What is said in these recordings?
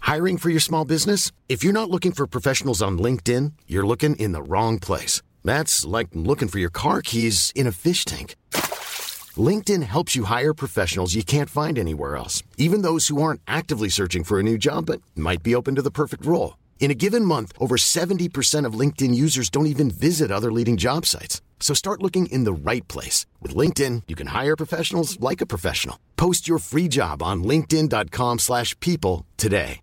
Hiring for your small business? If you're not looking for professionals on LinkedIn, you're looking in the wrong place. That's like looking for your car keys in a fish tank. LinkedIn helps you hire professionals you can't find anywhere else, even those who aren't actively searching for a new job but might be open to the perfect role. In a given month, over 70% of LinkedIn users don't even visit other leading job sites. So start looking in the right place. With LinkedIn, you can hire professionals like a professional. Post your free job on linkedin.com/people today.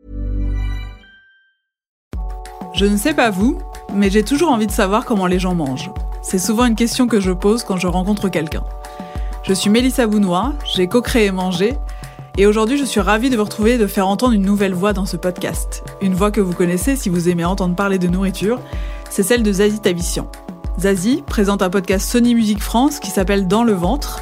Je ne sais pas vous, mais j'ai toujours envie de savoir comment les gens mangent. C'est souvent une question que je pose quand je rencontre quelqu'un. Je suis Mélissa Bounois, j'ai co-créé Manger, et aujourd'hui je suis ravie de vous retrouver et de faire entendre une nouvelle voix dans ce podcast. Une voix que vous connaissez si vous aimez entendre parler de nourriture, c'est celle de Zazie Tabissian. Zazie présente un podcast Sony Music France qui s'appelle Dans le ventre.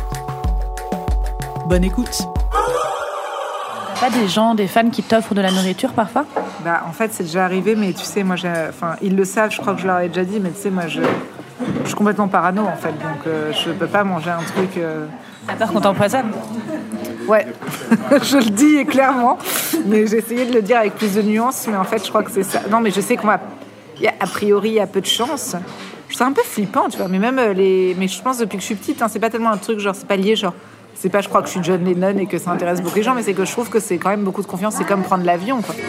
Bonne écoute. Pas des gens, des fans qui t'offrent de la nourriture parfois ? En fait, c'est déjà arrivé, mais tu sais, moi, ils le savent, je crois que je leur ai déjà dit, mais tu sais, moi, je suis complètement parano, en fait, donc je peux pas manger un truc... À part qu'on t'empoisonne ? Ouais, je le dis clairement, mais j'ai essayé de le dire avec plus de nuances, mais en fait, je crois que c'est ça. Non, mais je sais a priori, il y a peu de chance. C'est un peu flippant, tu vois, mais même mais je pense depuis que je suis petite, c'est pas tellement un truc, genre, c'est pas lié, genre... C'est pas, je crois que je suis John Lennon et que ça intéresse beaucoup les gens, mais c'est que je trouve que c'est quand même beaucoup de confiance. C'est comme prendre l'avion, quoi.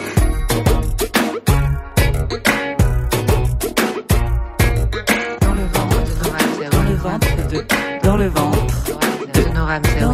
Dans le ventre de Nora Hamzaoui.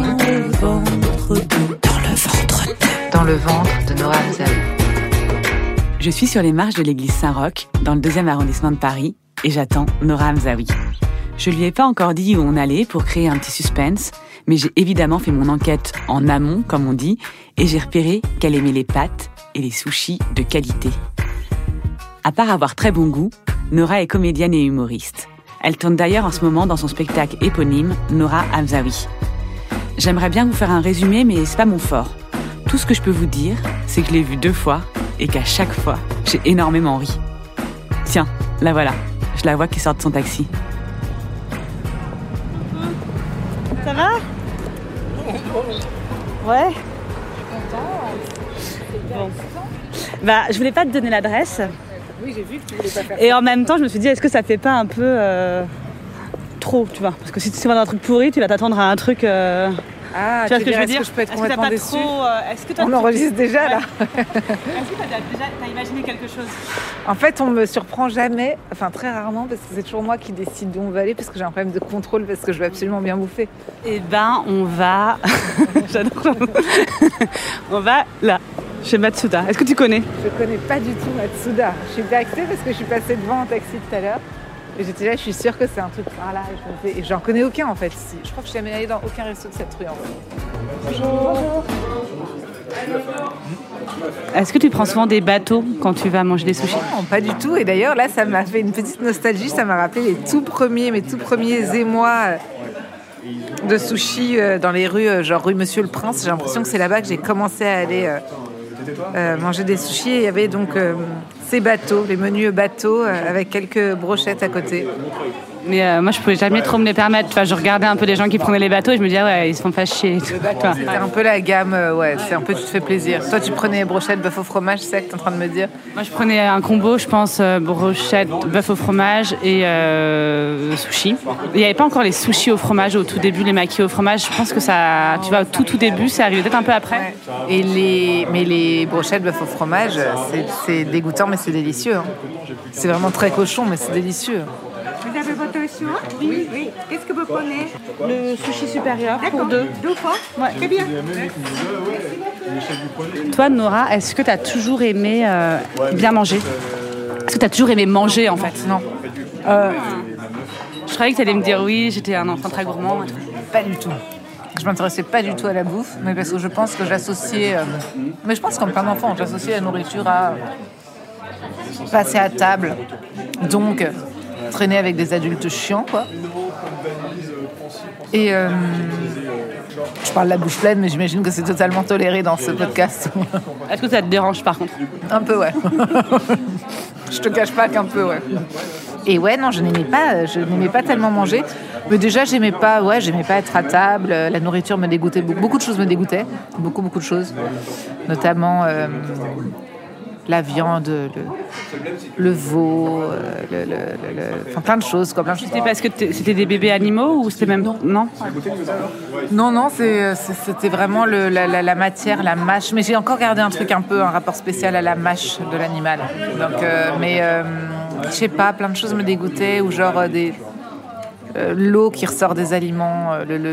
Dans le ventre de Nora Hamzaoui. Je suis sur les marches de l'église Saint-Roch, dans le 2e arrondissement de Paris, et j'attends Nora Hamzaoui. Je lui ai pas encore dit où on allait pour créer un petit suspense, mais j'ai évidemment fait mon enquête en amont, comme on dit, et j'ai repéré qu'elle aimait les pâtes et les sushis de qualité. À part avoir très bon goût, Nora est comédienne et humoriste. Elle tourne d'ailleurs en ce moment dans son spectacle éponyme, Nora Hamzaoui. J'aimerais bien vous faire un résumé, mais c'est pas mon fort. Tout ce que je peux vous dire, c'est que je l'ai vue 2 fois, et qu'à chaque fois, j'ai énormément ri. Tiens, la voilà, je la vois qui sort de son taxi. Ça va ? Ouais. Bon. Je voulais pas te donner l'adresse. Oui, j'ai vu que tu voulais pas faire ça. Et en même temps, je me suis dit, est-ce que ça fait pas un peu trop, tu vois ? Parce que si tu vas dans un truc pourri, tu vas t'attendre à un truc... tu vois ce que je veux dire ? Est-ce que je peux être complètement déçue ? On enregistre déjà, là. Est-ce que t'as imaginé quelque chose ? En fait, on me surprend jamais, très rarement, parce que c'est toujours moi qui décide d'où on va aller, parce que j'ai un problème de contrôle, parce que je veux absolument bien bouffer. On va... J'adore. On va là, chez Matsuda. Est-ce que tu connais ? Je connais pas du tout Matsuda. Je suis hyper excitée parce que je suis passée devant en taxi tout à l'heure. Et j'étais là, je suis sûre que c'est un truc par là. Et j'en connais aucun en fait ici. Je crois que je suis jamais allée dans aucun resto de cette rue en fait. Bonjour. Est-ce que tu prends souvent des bateaux quand tu vas manger des sushis ? Non, pas du tout. Et d'ailleurs là, ça m'a fait une petite nostalgie. Ça m'a rappelé mes tout premiers émois de sushis dans les rues, genre rue Monsieur le Prince. J'ai l'impression que c'est là-bas que j'ai commencé à aller manger des sushis. Et il y avait donc... ces bateaux, les menus bateaux avec quelques brochettes à côté. Mais moi, je pouvais jamais trop me les permettre. Tu vois, je regardais un peu les gens qui prenaient les bateaux et je me disais, ouais, ils se font pas chier. C'était un peu la gamme, c'est un peu tu te fais plaisir. Toi, tu prenais brochettes bœuf au fromage, c'est ça que tu es en train de me dire ? Moi, je prenais un combo, je pense, brochette, bœuf au fromage et sushi. Il n'y avait pas encore les sushis au fromage au tout début, les makis au fromage. Je pense que ça, tu vois, au tout début, c'est arrivé peut-être un peu après. Ouais. Mais les brochettes bœuf au fromage, c'est dégoûtant, mais c'est délicieux. Hein. C'est vraiment très cochon, mais c'est délicieux. Vous avez votre choix ? Oui. Qu'est-ce que vous prenez ? Le sushi supérieur. D'accord. Pour 2. 2 fois ? Ouais. Très bien. Toi, Nora, est-ce que tu as toujours aimé bien manger ? Est-ce que tu as toujours aimé manger, en fait ? Non. Je croyais que tu allais me dire oui, j'étais un enfant très gourmand. Pas du tout. Je m'intéressais pas du tout à la bouffe, mais parce que je pense que j'associais... mais je pense comme plein d'enfants, j'associais la nourriture à passer à table. Donc... traîner avec des adultes chiants, quoi. Et je parle la bouche pleine, mais j'imagine que c'est totalement toléré dans ce podcast. Est-ce que ça te dérange, par contre ? Un peu, ouais. Je te cache pas qu'un peu, ouais. Et ouais, non, je n'aimais pas tellement manger. Mais déjà, j'aimais pas être à table. La nourriture me dégoûtait. Beaucoup de choses me dégoûtaient. Beaucoup de choses. Notamment la viande, le veau, enfin plein de choses. Quoi, plein de choses. C'était parce que c'était des bébés animaux ou c'était même... Non, c'était vraiment la matière, la mâche. Mais j'ai encore gardé un rapport spécial à la mâche de l'animal. Donc, je sais pas, plein de choses me dégoûtaient, ou genre l'eau qui ressort des aliments,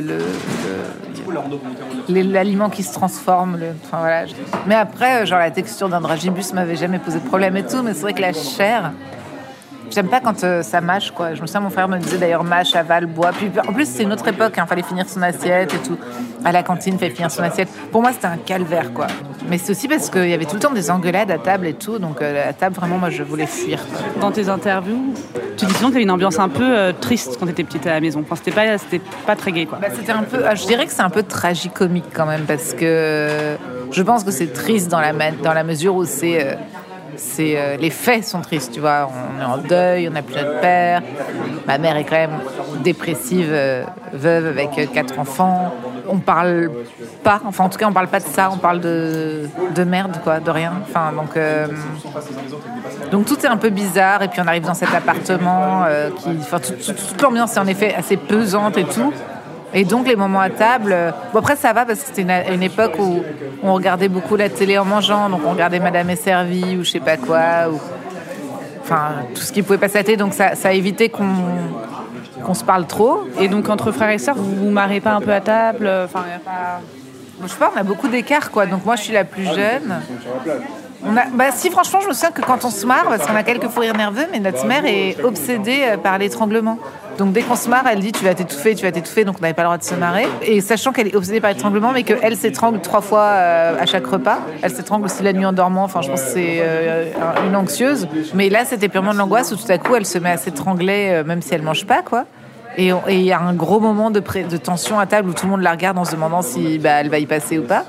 l'aliment qui se transforme. Enfin, voilà. Mais après, genre la texture d'un dragibus m'avait jamais posé de problème et tout, mais c'est vrai que la chair, j'aime pas quand ça mâche, quoi. Je me souviens, mon frère me disait d'ailleurs mâche, avale, bois. Puis en plus, c'est une autre époque, fallait finir son assiette et tout. À la cantine, fallait finir son assiette. Pour moi, c'était un calvaire, quoi. Mais c'est aussi parce qu'il y avait tout le temps des engueulades à table et tout. Donc à table, vraiment, moi, je voulais fuir, quoi. Dans tes interviews, tu dis souvent que tu avais une ambiance un peu triste quand tu étais petite à la maison. Enfin, c'était pas très gai, quoi. C'était un peu, je dirais que c'est un peu tragicomique quand même, parce que je pense que c'est triste dans la mesure où les faits sont tristes, tu vois. On est en deuil, on n'a plus notre père. Ma mère est quand même dépressive, veuve avec 4 enfants. On parle pas, enfin en tout cas on parle pas de ça, on parle de merde, quoi, de rien. Enfin donc tout est un peu bizarre, et puis on arrive dans cet appartement toute l'ambiance est en effet assez pesante et tout. Et donc les moments à table, après ça va parce que c'était une époque où on regardait beaucoup la télé en mangeant, donc on regardait Madame est servie ou je sais pas quoi, enfin tout ce qui pouvait passer à la télé, donc ça a évité qu'on se parle trop. Et donc entre frères et sœurs, vous vous marrez pas un peu à table, enfin je sais pas, on a beaucoup d'écart, quoi. Donc moi je suis la plus jeune. Si, franchement, je me souviens que quand on se marre, parce qu'on a quelques fous rires nerveux, mais notre mère est obsédée par l'étranglement. Donc dès qu'on se marre, elle dit tu vas t'étouffer, donc on n'avait pas le droit de se marrer. Et sachant qu'elle est obsédée par l'étranglement, mais qu'elle s'étrangle 3 fois à chaque repas. Elle s'étrangle aussi la nuit en dormant, enfin je pense que c'est une anxieuse. Mais là c'était purement de l'angoisse où tout à coup elle se met à s'étrangler même si elle mange pas, quoi. Et il y a un gros moment de tension à table où tout le monde la regarde en se demandant si elle va y passer ou pas.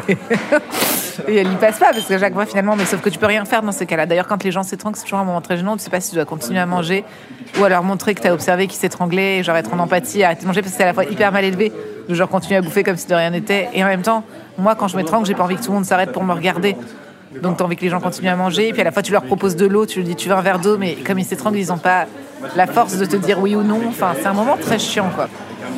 Et elle y passe pas, parce que chaque fois finalement, mais sauf que tu peux rien faire dans ces cas-là. D'ailleurs, quand les gens s'étranglent, c'est toujours un moment très gênant. Tu sais pas si tu dois continuer à manger ou alors montrer que tu as observé qu'ils s'étranglaient, genre être en empathie, arrêter de manger, parce que c'est à la fois hyper mal élevé, de genre continuer à bouffer comme si de rien n'était. Et en même temps, moi, quand je m'étrangle, j'ai pas envie que tout le monde s'arrête pour me regarder. Donc t'as envie que les gens continuent à manger, et puis à la fois tu leur proposes de l'eau, tu leur dis tu veux un verre d'eau, mais comme ils s'étranglent, ils ont pas la force de te dire oui ou non. Enfin, c'est un moment très chiant, quoi.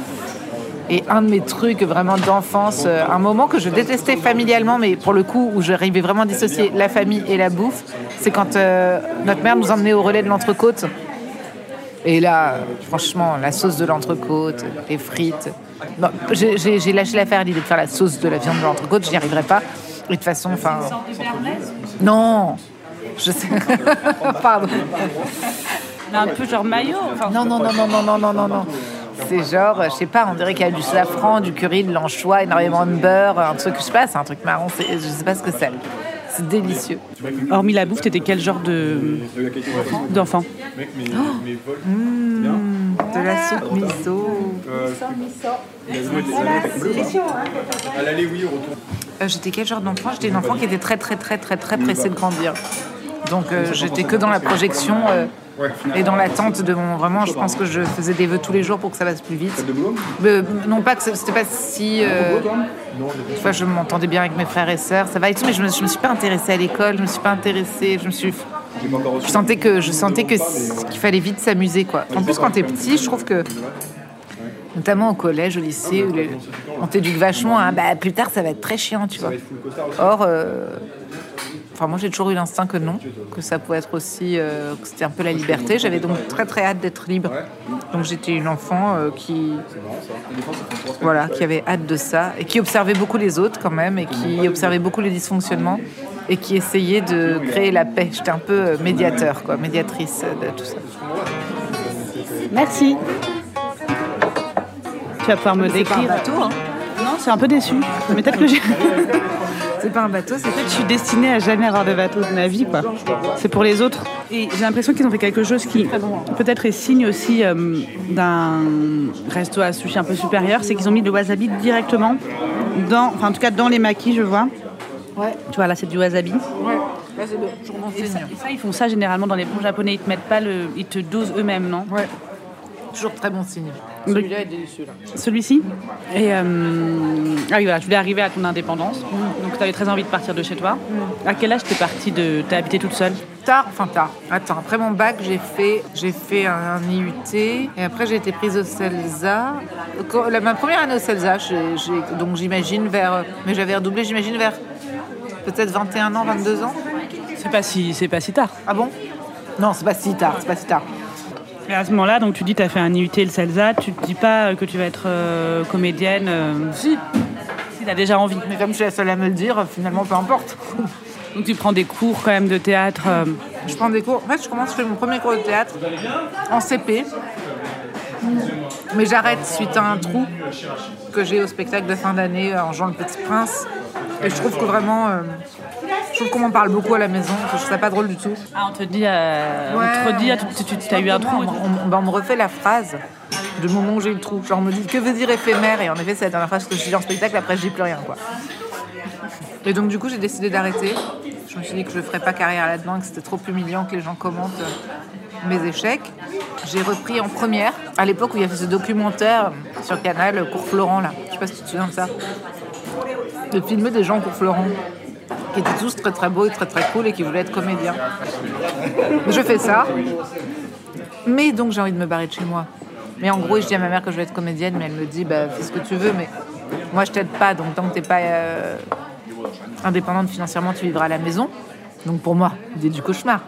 Et un de mes trucs vraiment d'enfance, un moment que je détestais familialement, mais pour le coup où j'arrivais vraiment à dissocier la famille et la bouffe, c'est quand notre mère nous emmenait au relais de l'entrecôte. Et là, franchement, la sauce de l'entrecôte, les frites. Bon, j'ai lâché l'affaire à l'idée de faire la sauce de la viande de l'entrecôte, je n'y arriverai pas. Et de toute façon, enfin. Non, je sais. Pardon. Un peu genre maillot. Non. C'est genre, je sais pas, on dirait qu'il y a du safran, du curry, de l'anchois, énormément de beurre, un truc, je sais pas, c'est un truc marron, je sais pas ce que c'est. C'est délicieux. Hormis la bouffe, t'étais quel genre d'enfant? De la soupe miso. J'étais quel genre d'enfant? J'étais une enfant qui était très pressée de grandir. Donc j'étais que dans la projection et dans l'attente de mon... Vraiment, je pense que je faisais des vœux tous les jours pour que ça passe plus vite. Non pas que c'était pas si... tu vois, je m'entendais bien avec mes frères et sœurs, ça va et tout, mais je me suis pas intéressée à l'école, je sentais qu'il fallait vite s'amuser, quoi. En plus, quand t'es petit, je trouve que, notamment au collège, au lycée, on t'éduque vachement à plus tard ça va être très chiant, tu vois. Or, moi j'ai toujours eu l'instinct que non, que ça pouvait être aussi, que c'était un peu la liberté. J'avais donc très hâte d'être libre. Donc j'étais une enfant qui avait hâte de ça et qui observait beaucoup les autres quand même, et qui observait beaucoup les dysfonctionnements et qui essayait de créer la paix. J'étais un peu médiatrice de tout ça. Merci. Tu vas pouvoir me décrire. C'est pas un bateau, hein? Non, c'est un peu déçu. Mais peut-être que j'ai... C'est pas un bateau, c'est peut-être que je suis destinée à jamais avoir de bateau de ma vie, quoi. C'est pour les autres. Et j'ai l'impression qu'ils ont fait quelque chose qui peut-être est signe aussi d'un resto à sushi un peu supérieur, c'est qu'ils ont mis le wasabi directement en tout cas dans les makis, je vois. Ouais. Tu vois, là, c'est du wasabi. Ouais. Là, c'est toujours mon signe. Et ça, ils font ça généralement dans les bons japonais. Ils te mettent pas ils te dosent eux-mêmes, non? Ouais. Toujours très bon signe. Celui-là est délicieux, là. Celui-ci. Et ah oui, voilà, je voulais arriver à ton indépendance. Donc, tu avais très envie de partir de chez toi. À quel âge t'es partie t'as habité toute seule? Tard. Attends, après mon bac, j'ai fait un IUT et après j'ai été prise au CELSA. Ma première année au CELSA, donc j'imagine mais j'avais redoublé, j'imagine vers peut-être 21 ans, 22 ans. C'est pas si tard. Ah bon? Non, c'est pas si tard. Et à ce moment-là, donc tu dis que tu as fait un IUT et le CELSA, tu te dis pas que tu vas être comédienne Si tu as déjà envie. Mais comme je suis la seule à me le dire, finalement, peu importe. Donc tu prends des cours quand même de théâtre Je prends des cours. En fait, je fais mon premier cours de théâtre en CP. Mais j'arrête suite à un trou que j'ai au spectacle de fin d'année en jouant Le Petit Prince. Et je trouve que vraiment... je trouve qu'on m'en parle beaucoup à la maison, que je trouve ça pas drôle du tout. Ah, on te dit... tu as eu un trou. On me refait la phrase du moment où j'ai eu le trou. Genre, on me dit, que veut dire éphémère? Et en effet, c'est la dernière phrase que je dis en spectacle, après je dis plus rien, quoi. Et donc, du coup, j'ai décidé d'arrêter. Je me suis dit que je ne ferais pas carrière là-dedans, que c'était trop humiliant que les gens commentent mes échecs. J'ai repris en première, à l'époque où il y avait ce documentaire sur Canal, Cours Florent, là. Je sais pas si tu te souviens de ça. De filmer des gens au Cours Florent, qui étaient tous très très beaux et très très cool et qui voulaient être comédiens. Je fais ça. Mais donc, j'ai envie de me barrer de chez moi. Mais en gros, je dis à ma mère que je vais être comédienne, mais elle me dit, fais ce que tu veux, mais moi, je t'aide pas, donc tant que t'es pas indépendante financièrement, tu vivras à la maison. Donc pour moi, l'idée du cauchemar.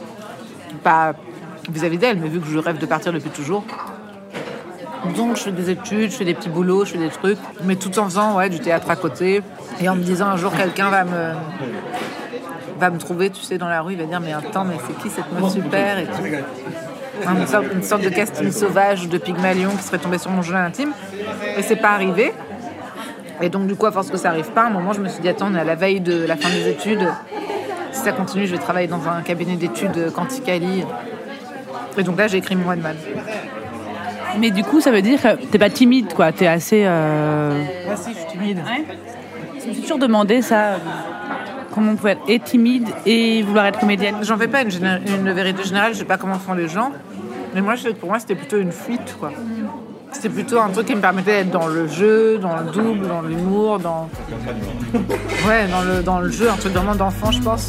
Pas vis-à-vis d'elle, mais vu que je rêve de partir depuis toujours. Donc je fais des études, je fais des petits boulots, je fais des trucs, mais tout en faisant du théâtre à côté. Et en me disant un jour, quelqu'un va me trouver, tu sais, dans la rue, il va dire, mais attends, mais c'est qui cette meuf super et tout. Une sorte de casting sauvage de Pygmalion qui serait tombé sur mon journal intime. Et c'est pas arrivé. Et donc, du coup, à force que ça n'arrive pas, à un moment, je me suis dit, attends, on est à la veille de la fin des études. Si ça continue, je vais travailler dans un cabinet d'études Quanticali. Et donc là, j'ai écrit mon one-man. Mais du coup, ça veut dire que t'es pas timide, quoi. T'es assez... Ah si, je suis timide. Ouais. Je me suis toujours demandé ça, comment on pouvait être et timide et vouloir être comédienne. J'en fais pas une vérité générale, je sais pas comment font les gens. Mais moi, pour moi, c'était plutôt une fuite, quoi. C'était plutôt un truc qui me permettait d'être dans le jeu, dans le double, dans l'humour, dans le jeu, un truc vraiment d'enfant, je pense.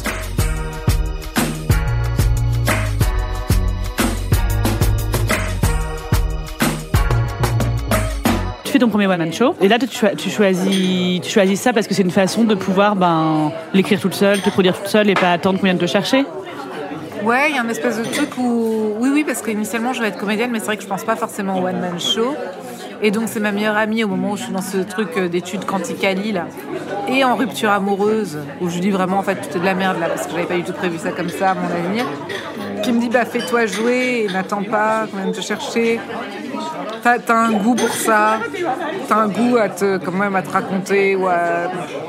Tu fais ton premier one-man show, et là tu choisis ça parce que c'est une façon de pouvoir l'écrire toute seule, te produire toute seule et pas attendre qu'on vienne te chercher. Ouais, il y a une espèce de truc où... Oui, parce qu'initialement, je vais être comédienne, mais c'est vrai que je pense pas forcément au one-man show. Et donc, c'est ma meilleure amie au moment où je suis dans ce truc d'études Quanticali, là. Et en rupture amoureuse, où je lui dis vraiment, en fait, tout est de la merde, là, parce que j'avais pas du tout prévu ça comme ça, à mon avenir. Qui me dit, fais-toi jouer, et n'attends pas qu'on vienne te chercher. T'as un goût pour ça. T'as un goût quand même à te raconter, ou à...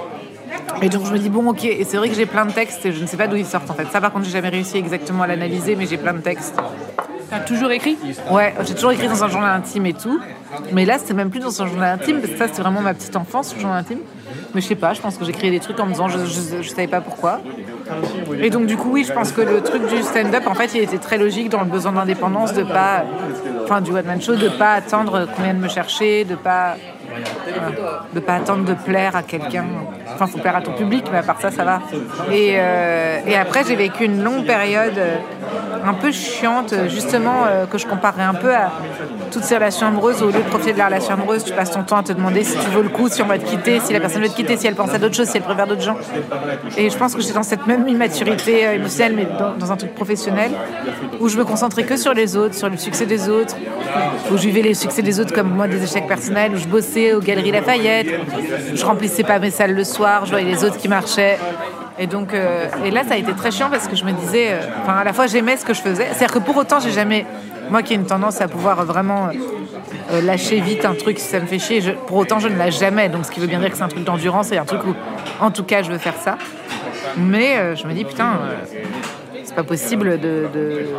Et donc je me dis bon ok, et c'est vrai que j'ai plein de textes et je ne sais pas d'où ils sortent en fait. Ça par contre j'ai jamais réussi exactement à l'analyser, mais j'ai plein de textes. T'as toujours écrit ? Ouais, j'ai toujours écrit dans un journal intime et tout. Mais là c'était même plus dans un journal intime, parce que ça c'était vraiment ma petite enfance, ce journal intime. Mais je sais pas, je pense que j'écrivais des trucs en me disant je savais pas pourquoi. Et donc du coup oui, je pense que le truc du stand-up en fait il était très logique dans le besoin d'indépendance, du one-man show, de pas attendre qu'on vienne me chercher, de pas attendre de plaire à quelqu'un. Enfin, faut plaire à ton public, mais à part ça, ça va. Et après, j'ai vécu une longue période un peu chiante, justement, que je comparerais un peu à toutes ces relations amoureuses où, au lieu de profiter de la relation amoureuse, tu passes ton temps à te demander si tu vaux le coup, si on va te quitter, si la personne veut te quitter, si elle pense à d'autres choses, si elle préfère d'autres gens. Et je pense que j'étais dans cette même immaturité émotionnelle, mais dans un truc professionnel, où je me concentrais que sur les autres, sur le succès des autres, où je vivais les succès des autres comme moi des échecs personnels, où je bossais aux Galeries Lafayette, où je remplissais pas mes salles le soir, je voyais les autres qui marchaient. Et donc, et là, ça a été très chiant parce que je me disais, à la fois j'aimais ce que je faisais, c'est-à-dire que pour autant, j'ai jamais, moi qui ai une tendance à pouvoir vraiment lâcher vite un truc si ça me fait chier, pour autant je ne lâche jamais, donc ce qui veut bien dire que c'est un truc d'endurance et un truc où, en tout cas, je veux faire ça. Mais je me dis, putain, c'est pas possible de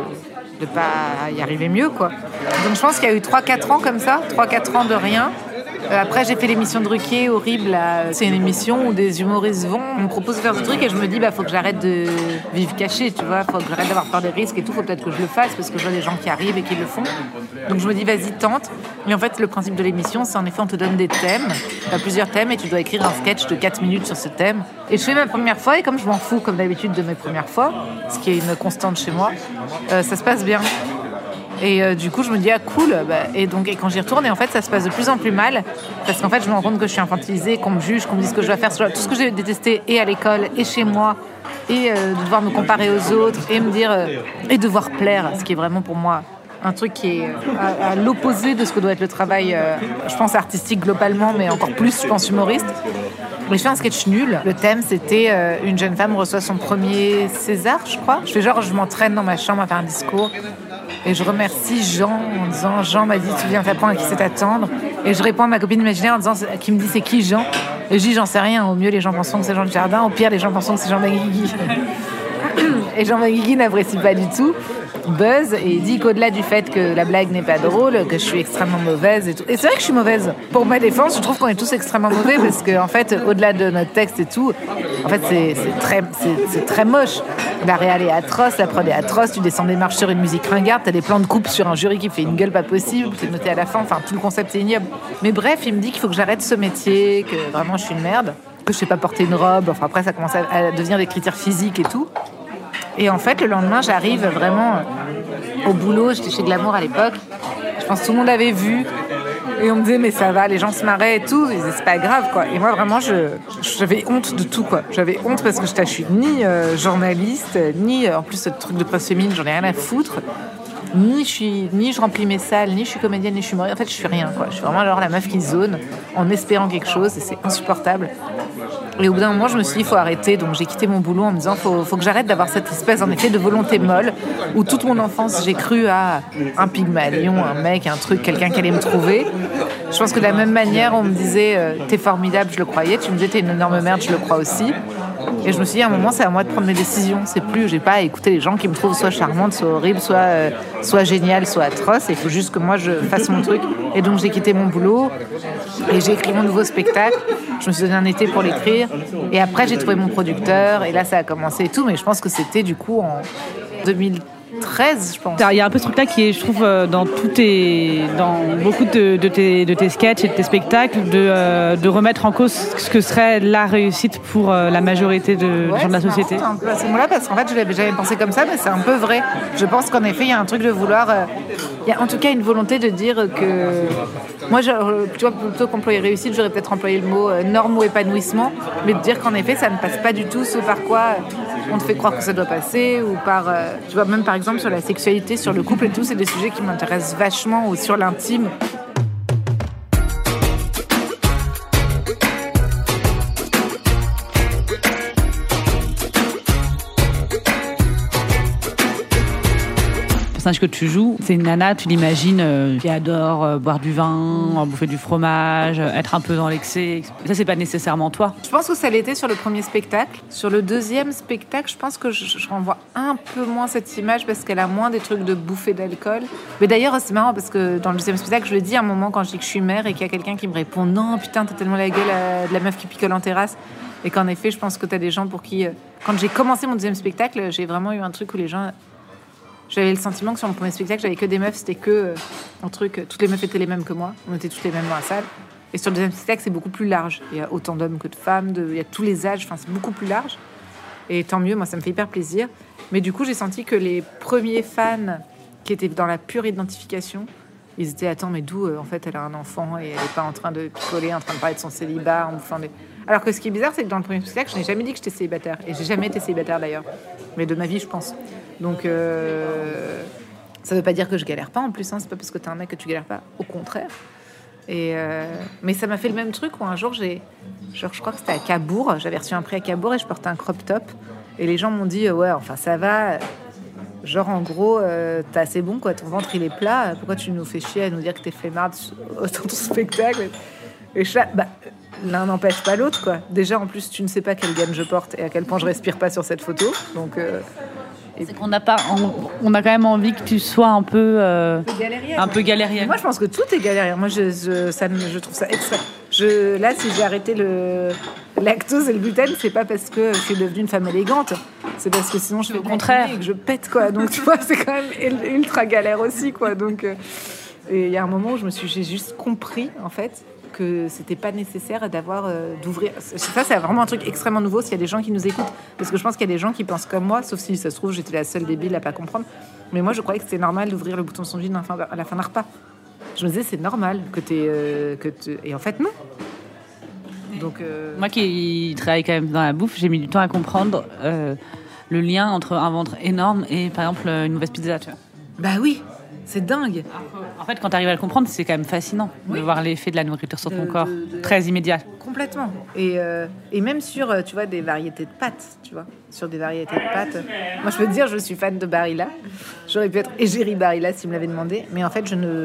pas y arriver mieux, quoi. Donc je pense qu'il y a eu 3-4 ans comme ça, 3-4 ans de rien. Après, j'ai fait l'émission de Ruquier, horrible. Là. C'est une émission où des humoristes vont, on me propose de faire ce truc et je me dis, faut que j'arrête de vivre caché, tu vois. Faut que j'arrête d'avoir peur des risques et tout. Faut peut-être que je le fasse parce que je vois des gens qui arrivent et qui le font. Donc je me dis, vas-y, tente. Et en fait, le principe de l'émission, c'est en effet, on te donne des thèmes. T'as plusieurs thèmes et tu dois écrire un sketch de 4 minutes sur ce thème. Et je fais ma première fois et comme je m'en fous, comme d'habitude, de mes premières fois, ce qui est une constante chez moi, ça se passe bien. Et du coup, je me dis, cool. Et quand j'y retourne, et en fait, ça se passe de plus en plus mal. Parce qu'en fait, je me rends compte que je suis infantilisée, qu'on me juge, qu'on me dise ce que je dois faire. Tout ce que j'ai détesté, et à l'école, et chez moi, et de devoir me comparer aux autres, et me dire, et devoir plaire, ce qui est vraiment pour moi un truc qui est à l'opposé de ce que doit être le travail, je pense, artistique globalement, mais encore plus, je pense, humoriste. Mais je fais un sketch nul. Le thème, c'était une jeune femme reçoit son premier César, je crois. Je fais genre, je m'entraîne dans ma chambre à faire un discours. Et je remercie Jean en disant, Jean m'a dit, tu viens t'apprendre à qui c'est t'attendre. Et je réponds à ma copine imaginaire en disant, qui me dit, c'est qui Jean? Et je dis, j'en sais rien. Au mieux, les gens pensent que c'est Jean du Jardin. Au pire, les gens pensent que c'est Jean Benguigui. Et Jean Benguigui n'apprécie pas du tout. Buzz et il dit qu'au-delà du fait que la blague n'est pas drôle, que je suis extrêmement mauvaise et tout. Et c'est vrai que je suis mauvaise. Pour ma défense, je trouve qu'on est tous extrêmement mauvais parce que en fait, au-delà de notre texte et tout, en fait, c'est très moche. La réal est atroce, la prod est atroce. Tu descends des marches sur une musique ringarde, t'as des plans de coupe sur un jury qui fait une gueule pas possible, c'est noté à la fin. Enfin, tout le concept est ignoble. Mais bref, il me dit qu'il faut que j'arrête ce métier, que vraiment je suis une merde, que je sais pas porter une robe. Enfin après, ça commence à devenir des critères physiques et tout. Et en fait, le lendemain, j'arrive vraiment au boulot. J'étais chez Glamour à l'époque. Je pense que tout le monde avait vu. Et on me disait, mais ça va, les gens se marraient et tout. Ils disaient, c'est pas grave, quoi. Et moi, vraiment, j'avais honte de tout, quoi. J'avais honte parce que je suis ni journaliste, ni, en plus, ce truc de presse féminine, j'en ai rien à foutre. Ni je remplis mes salles, ni je suis comédienne, ni je suis humoriste. En fait, je suis rien, quoi. Je suis vraiment alors la meuf qui zone en espérant quelque chose et c'est insupportable. Et au bout d'un moment, je me suis dit, il faut arrêter. Donc, j'ai quitté mon boulot en me disant, faut que j'arrête d'avoir cette espèce, en effet, de volonté molle où toute mon enfance, j'ai cru à un Pygmalion, un mec, un truc, quelqu'un qui allait me trouver. Je pense que de la même manière, on me disait, t'es formidable, je le croyais. Tu me disais, t'es une énorme merde, je le crois aussi. Et je me suis dit, à un moment, c'est à moi de prendre mes décisions. C'est plus, j'ai pas à écouter les gens qui me trouvent soit charmante, soit horrible, soit géniale, soit atroce. Il faut juste que moi, je fasse mon truc. Et donc, j'ai quitté mon boulot et j'ai écrit mon nouveau spectacle. Je me suis donné un été pour l'écrire. Et après, j'ai trouvé mon producteur. Et là, ça a commencé et tout. Mais je pense que c'était du coup en 2013, je pense. Il y a un peu ce truc-là qui est, je trouve, dans beaucoup de tes sketchs et de tes spectacles, de remettre en cause ce que serait la réussite pour la majorité de gens de la société. Marrant, c'est un peu à ce moment-là, parce qu'en fait, je l'avais jamais pensé comme ça, mais c'est un peu vrai. Je pense qu'en effet, il y a un truc de vouloir... il y a en tout cas une volonté de dire que... Moi, tu vois, plutôt qu'employer réussite, j'aurais peut-être employé le mot norme ou épanouissement, mais de dire qu'en effet, ça ne passe pas du tout ce par quoi on te fait croire que ça doit passer, ou par... tu vois, même par exemple sur la sexualité, sur le couple et tout, c'est des sujets qui m'intéressent vachement, ou sur l'intime. Que tu joues, c'est une nana, tu l'imagines, qui adore boire du vin, bouffer du fromage, être un peu dans l'excès. Ça, c'est pas nécessairement toi. Je pense que ça l'était sur le premier spectacle. Sur le deuxième spectacle, je pense que je renvoie un peu moins cette image parce qu'elle a moins des trucs de bouffer d'alcool. Mais d'ailleurs, c'est marrant parce que dans le deuxième spectacle, je le dis à un moment quand je dis que je suis mère et qu'il y a quelqu'un qui me répond « Non, putain, t'as tellement la gueule de la meuf qui picole en terrasse ». Et qu'en effet, je pense que t'as des gens pour qui... Quand j'ai commencé mon deuxième spectacle, j'ai vraiment eu un truc où les gens... J'avais le sentiment que sur mon premier spectacle, j'avais que des meufs, c'était que un truc, toutes les meufs étaient les mêmes que moi, on était toutes les mêmes dans la salle. Et sur le deuxième spectacle, c'est beaucoup plus large. Il y a autant d'hommes que de femmes, il y a tous les âges, enfin c'est beaucoup plus large. Et tant mieux, moi ça me fait hyper plaisir. Mais du coup, j'ai senti que les premiers fans qui étaient dans la pure identification, ils étaient attends, mais d'où en fait elle a un enfant et elle n'est pas en train de picoler, en train de parler de son célibat, en bouffant des... Alors que ce qui est bizarre, c'est que dans le premier spectacle, je n'ai jamais dit que j'étais célibataire. Et j'ai jamais été célibataire d'ailleurs. Mais de ma vie, je pense. Donc, ça veut pas dire que je galère pas en plus. Hein. C'est pas parce que t'es un mec que tu galères pas. Au contraire. Mais ça m'a fait le même truc où un jour, je crois que c'était à Cabourg. J'avais reçu un prix à Cabourg et je portais un crop top. Et les gens m'ont dit, ouais, enfin ça va. Genre en gros, t'es assez bon, quoi. Ton ventre, il est plat. Pourquoi tu nous fais chier à nous dire que t'es flemmarde dans ton spectacle? Et l'un n'empêche pas l'autre, quoi. Déjà, en plus, tu ne sais pas quelle gaine je porte et à quel point je respire pas sur cette photo. Donc, C'est qu'on n'a pas, on a quand même envie que tu sois un peu galérienne. Moi, je pense que tout est galérien. Moi, je trouve ça extra. Là, si j'ai arrêté le lactose et le gluten, c'est pas parce que je suis devenue une femme élégante. C'est parce que sinon, je fais au contraire et que je pète, quoi. Donc, tu vois, c'est quand même ultra galère aussi, quoi. Donc, et il y a un moment où j'ai juste compris, en fait, que c'était pas nécessaire d'ouvrir. Ça, c'est vraiment un truc extrêmement nouveau s'il y a des gens qui nous écoutent. Parce que je pense qu'il y a des gens qui pensent comme moi, sauf si ça se trouve, j'étais la seule débile à pas comprendre. Mais moi, je croyais que c'était normal d'ouvrir le bouton de son jean à la fin d'un repas. Je me disais, c'est normal et en fait, non. Donc, Moi qui travaille quand même dans la bouffe, j'ai mis du temps à comprendre le lien entre un ventre énorme et, par exemple, une mauvaise pizza, tu vois. Bah oui, c'est dingue. En fait, quand tu arrives à le comprendre, c'est quand même fascinant de voir l'effet de la nourriture sur ton corps, très immédiat. Complètement. Et même sur, tu vois, des variétés de pâtes, tu vois, sur des variétés de pâtes. Moi, je peux te dire, je suis fan de Barilla. J'aurais pu être égérie Barilla s'il me l'avait demandé, mais en fait,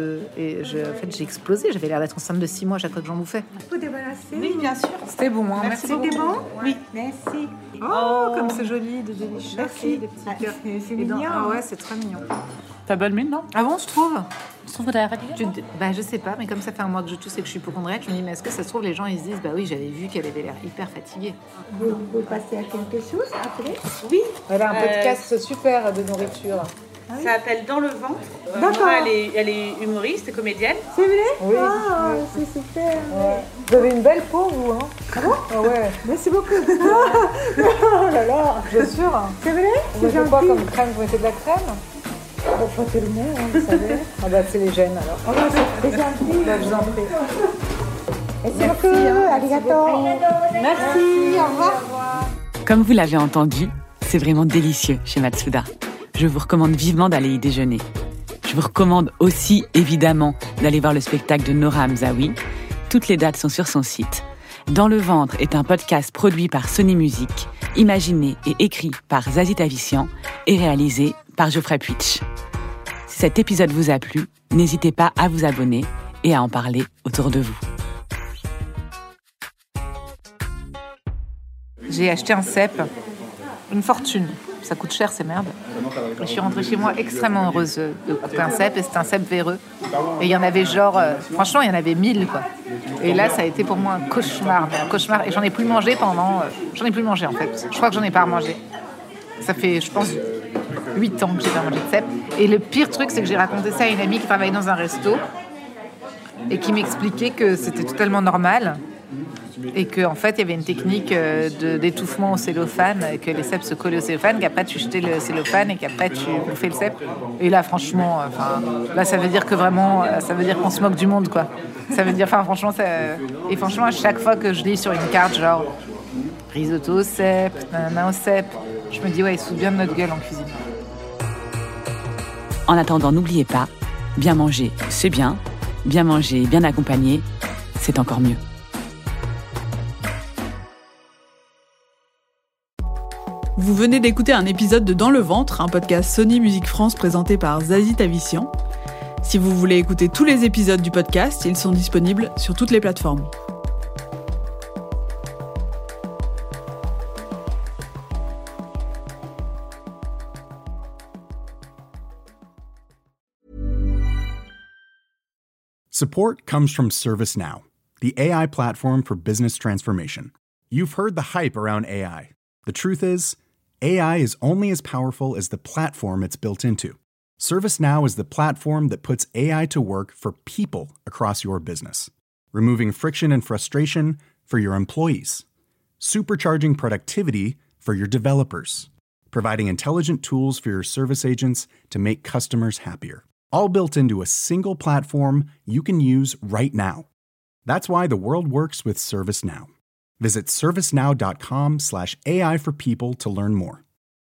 j'ai explosé. J'avais l'air d'être enceinte de 6 mois à chaque fois que j'en bouffais. Vous débarrasser? Oui, bien sûr. C'était bon, hein. Merci beaucoup. C'était bon? Oui. Merci. Oh, comme c'est joli, de délicieux. Merci. Des petits cœurs. C'est mignon. Ah ouais, c'est très mignon. T'as bonne mine, non? Ah bon, je trouve. Je trouve que t'as fatiguée. Je sais pas, mais comme ça fait un mois que je tousse et que je suis hypochondriaque, je me dis, mais est-ce que ça se trouve, les gens ils se disent, bah oui, j'avais vu qu'elle avait l'air hyper fatiguée. Vous passez à quelque chose après? Oui, elle a un podcast super de nourriture. Ça s'appelle Dans le ventre. D'accord. Elle est humoriste et comédienne. C'est vrai? Oui. Ah, c'est super. Ouais. Vous avez une belle peau, vous, hein? Ah bon? Ah ouais. Merci beaucoup. Oh là là. Bien sûr. C'est vrai? Vous mettez quoi comme crème? Vous mettez de la crème? Bon, pas tellement, hein, vous savez. Ah bah c'est les gènes alors. Oh, c'est très gentil. Bah, je vous en prie. Merci beaucoup. Arigato. Merci. Au revoir. Comme vous l'avez entendu, c'est vraiment délicieux chez Matsuda. Je vous recommande vivement d'aller y déjeuner. Je vous recommande aussi, évidemment, d'aller voir le spectacle de Nora Hamzaoui. Toutes les dates sont sur son site. Dans le ventre est un podcast produit par Sony Music, imaginé et écrit par Zazie Tavissian et réalisé par Geoffrey Puitch. Si cet épisode vous a plu, n'hésitez pas à vous abonner et à en parler autour de vous. J'ai acheté un cèpe, une fortune. Ça coûte cher, ces merdes. Et je suis rentrée chez moi extrêmement heureuse de couper un cèpe, et c'était un cèpe véreux. Et il y en avait franchement, il y en avait 1000, quoi. Et là, ça a été pour moi un cauchemar. Et j'en ai plus mangé en fait. Je crois que j'en ai pas remangé. Ça fait, je pense, 8 ans que j'ai pas mangé de cèpe. Et le pire truc, c'est que j'ai raconté ça à une amie qui travaillait dans un resto et qui m'expliquait que c'était totalement normal. Et qu'en fait, il y avait une technique d'étouffement au cellophane, que les cèpes se collaient au cellophane, qu'après tu jetais le cellophane et qu'après tu bouffais le cèpe. Et là, franchement, là, ça veut dire que vraiment, ça veut dire qu'on se moque du monde, quoi. Ça veut dire, franchement, et franchement, à chaque fois que je lis sur une carte, genre risotto au cèpe, nanana au cèpe, je me dis, ouais, ils se foutent bien de notre gueule en cuisine. En attendant, n'oubliez pas, bien manger, c'est bien. Bien manger, bien accompagné, c'est encore mieux. Vous venez d'écouter un épisode de Dans le ventre, un podcast Sony Music France présenté par Zazie Tavissian. Si vous voulez écouter tous les épisodes du podcast, ils sont disponibles sur toutes les plateformes. Support comes from ServiceNow, the AI platform for business transformation. You've heard the hype around AI. The truth is, AI is only as powerful as the platform it's built into. ServiceNow is the platform that puts AI to work for people across your business, removing friction and frustration for your employees, supercharging productivity for your developers, providing intelligent tools for your service agents to make customers happier, all built into a single platform you can use right now. That's why the world works with ServiceNow. Visit servicenow.com/AI for people to learn more.